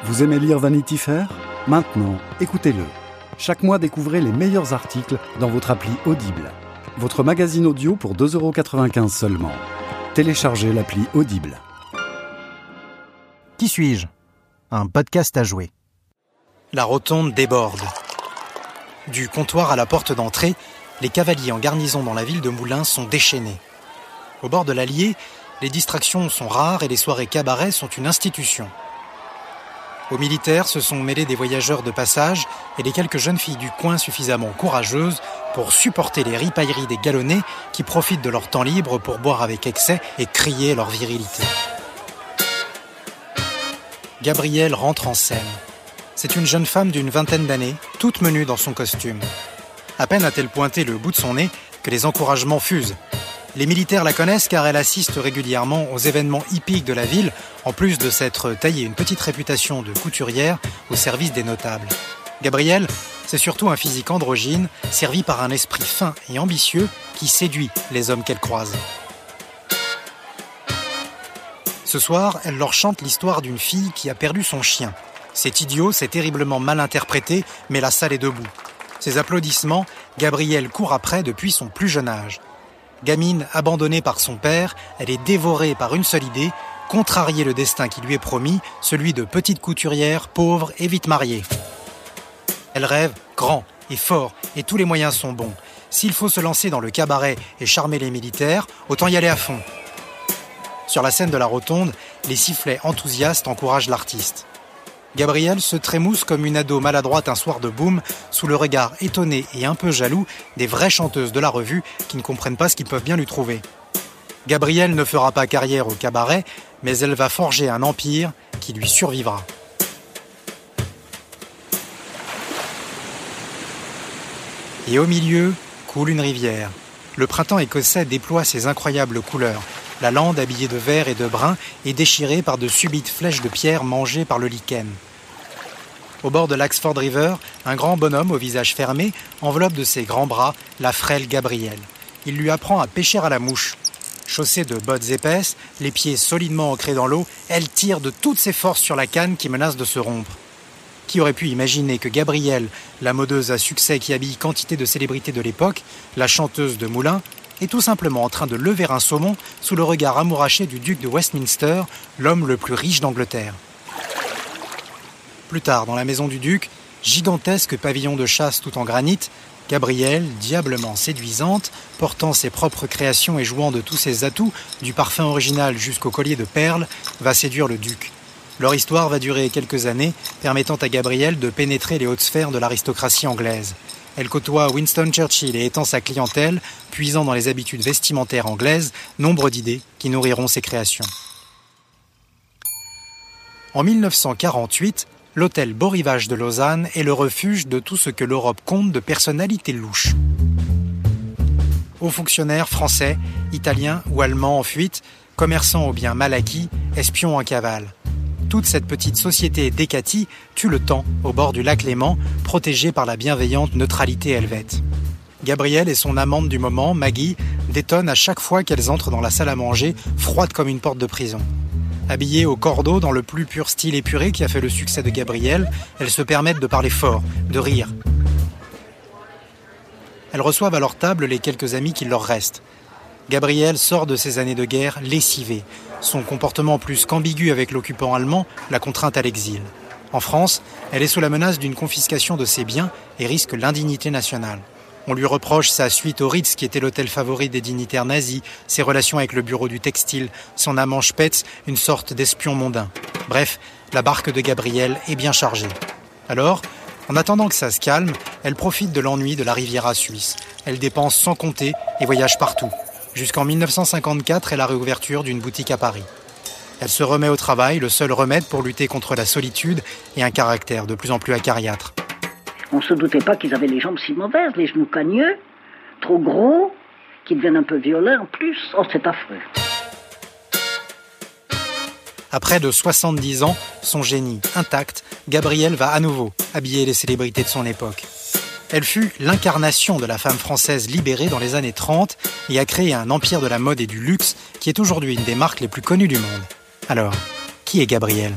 Vous aimez lire Vanity Fair ? Maintenant, écoutez-le. Chaque mois, découvrez les meilleurs articles dans votre appli Audible. Votre magazine audio pour 2,95 € seulement. Téléchargez l'appli Audible. Qui suis-je ? Un podcast à jouer. La rotonde déborde. Du comptoir à la porte d'entrée, les cavaliers en garnison dans la ville de Moulins sont déchaînés. Au bord de l'Allier, les distractions sont rares et les soirées cabaret sont une institution. Aux militaires se sont mêlés des voyageurs de passage et les quelques jeunes filles du coin suffisamment courageuses pour supporter les ripailleries des galonnés qui profitent de leur temps libre pour boire avec excès et crier leur virilité. Gabrielle rentre en scène. C'est une jeune femme d'une vingtaine d'années, toute menue dans son costume. À peine a-t-elle pointé le bout de son nez que les encouragements fusent. Les militaires la connaissent car elle assiste régulièrement aux événements hippiques de la ville, en plus de s'être taillée une petite réputation de couturière au service des notables. Gabrielle, c'est surtout un physique androgyne, servi par un esprit fin et ambitieux qui séduit les hommes qu'elle croise. Ce soir, elle leur chante l'histoire d'une fille qui a perdu son chien. C'est idiot, c'est terriblement mal interprété, mais la salle est debout. Ses applaudissements, Gabrielle court après depuis son plus jeune âge. Gamine abandonnée par son père, elle est dévorée par une seule idée, contrarier le destin qui lui est promis, celui de petite couturière, pauvre et vite mariée. Elle rêve grand et fort et tous les moyens sont bons. S'il faut se lancer dans le cabaret et charmer les militaires, autant y aller à fond. Sur la scène de la rotonde, les sifflets enthousiastes encouragent l'artiste. Gabrielle se trémousse comme une ado maladroite un soir de boom, sous le regard étonné et un peu jaloux des vraies chanteuses de la revue qui ne comprennent pas ce qu'ils peuvent bien lui trouver. Gabrielle ne fera pas carrière au cabaret, mais elle va forger un empire qui lui survivra. Et au milieu, coule une rivière. Le printemps écossais déploie ses incroyables couleurs. La lande, habillée de vert et de brun, est déchirée par de subites flèches de pierre mangées par le lichen. Au bord de l'Axford River, un grand bonhomme au visage fermé enveloppe de ses grands bras la frêle Gabrielle. Il lui apprend à pêcher à la mouche. Chaussée de bottes épaisses, les pieds solidement ancrés dans l'eau, elle tire de toutes ses forces sur la canne qui menace de se rompre. Qui aurait pu imaginer que Gabrielle, la modeuse à succès qui habille quantité de célébrités de l'époque, la chanteuse de Moulins, est tout simplement en train de lever un saumon sous le regard amouraché du duc de Westminster, l'homme le plus riche d'Angleterre. Plus tard, dans la maison du duc, gigantesque pavillon de chasse tout en granit, Gabrielle, diablement séduisante, portant ses propres créations et jouant de tous ses atouts, du parfum original jusqu'au collier de perles, va séduire le duc. Leur histoire va durer quelques années, permettant à Gabrielle de pénétrer les hautes sphères de l'aristocratie anglaise. Elle côtoie Winston Churchill et étend sa clientèle, puisant dans les habitudes vestimentaires anglaises, nombre d'idées qui nourriront ses créations. En 1948, l'hôtel Beau Rivage de Lausanne est le refuge de tout ce que l'Europe compte de personnalités louches. Hauts fonctionnaires français, italiens ou allemands en fuite, commerçants aux biens mal acquis, espions en cavale. Toute cette petite société décatie tue le temps au bord du lac Léman, protégée par la bienveillante neutralité helvète. Gabrielle et son amante du moment, Maggie, détonnent à chaque fois qu'elles entrent dans la salle à manger, froide comme une porte de prison. Habillées au cordeau dans le plus pur style épuré qui a fait le succès de Gabrielle, elles se permettent de parler fort, de rire. Elles reçoivent à leur table les quelques amis qu'il leur reste. Gabrielle sort de ces années de guerre lessivée. Son comportement plus qu'ambigu avec l'occupant allemand la contraint à l'exil. En France, elle est sous la menace d'une confiscation de ses biens et risque l'indignité nationale. On lui reproche sa suite au Ritz, qui était l'hôtel favori des dignitaires nazis, ses relations avec le bureau du textile, son amant Spetz, une sorte d'espion mondain. Bref, la barque de Gabrielle est bien chargée. Alors, en attendant que ça se calme, elle profite de l'ennui de la Riviera suisse. Elle dépense sans compter et voyage partout. Jusqu'en 1954 et la réouverture d'une boutique à Paris. Elle se remet au travail, le seul remède pour lutter contre la solitude et un caractère de plus en plus acariâtre. On ne se doutait pas qu'ils avaient les jambes si mauvaises, les genoux cagneux, trop gros, qu'ils deviennent un peu violets en plus. Oh, c'est affreux. Après de 70 ans, son génie intact, Gabrielle va à nouveau habiller les célébrités de son époque. Elle fut l'incarnation de la femme française libérée dans les années 30 et a créé un empire de la mode et du luxe qui est aujourd'hui une des marques les plus connues du monde. Alors, qui est Gabrielle ?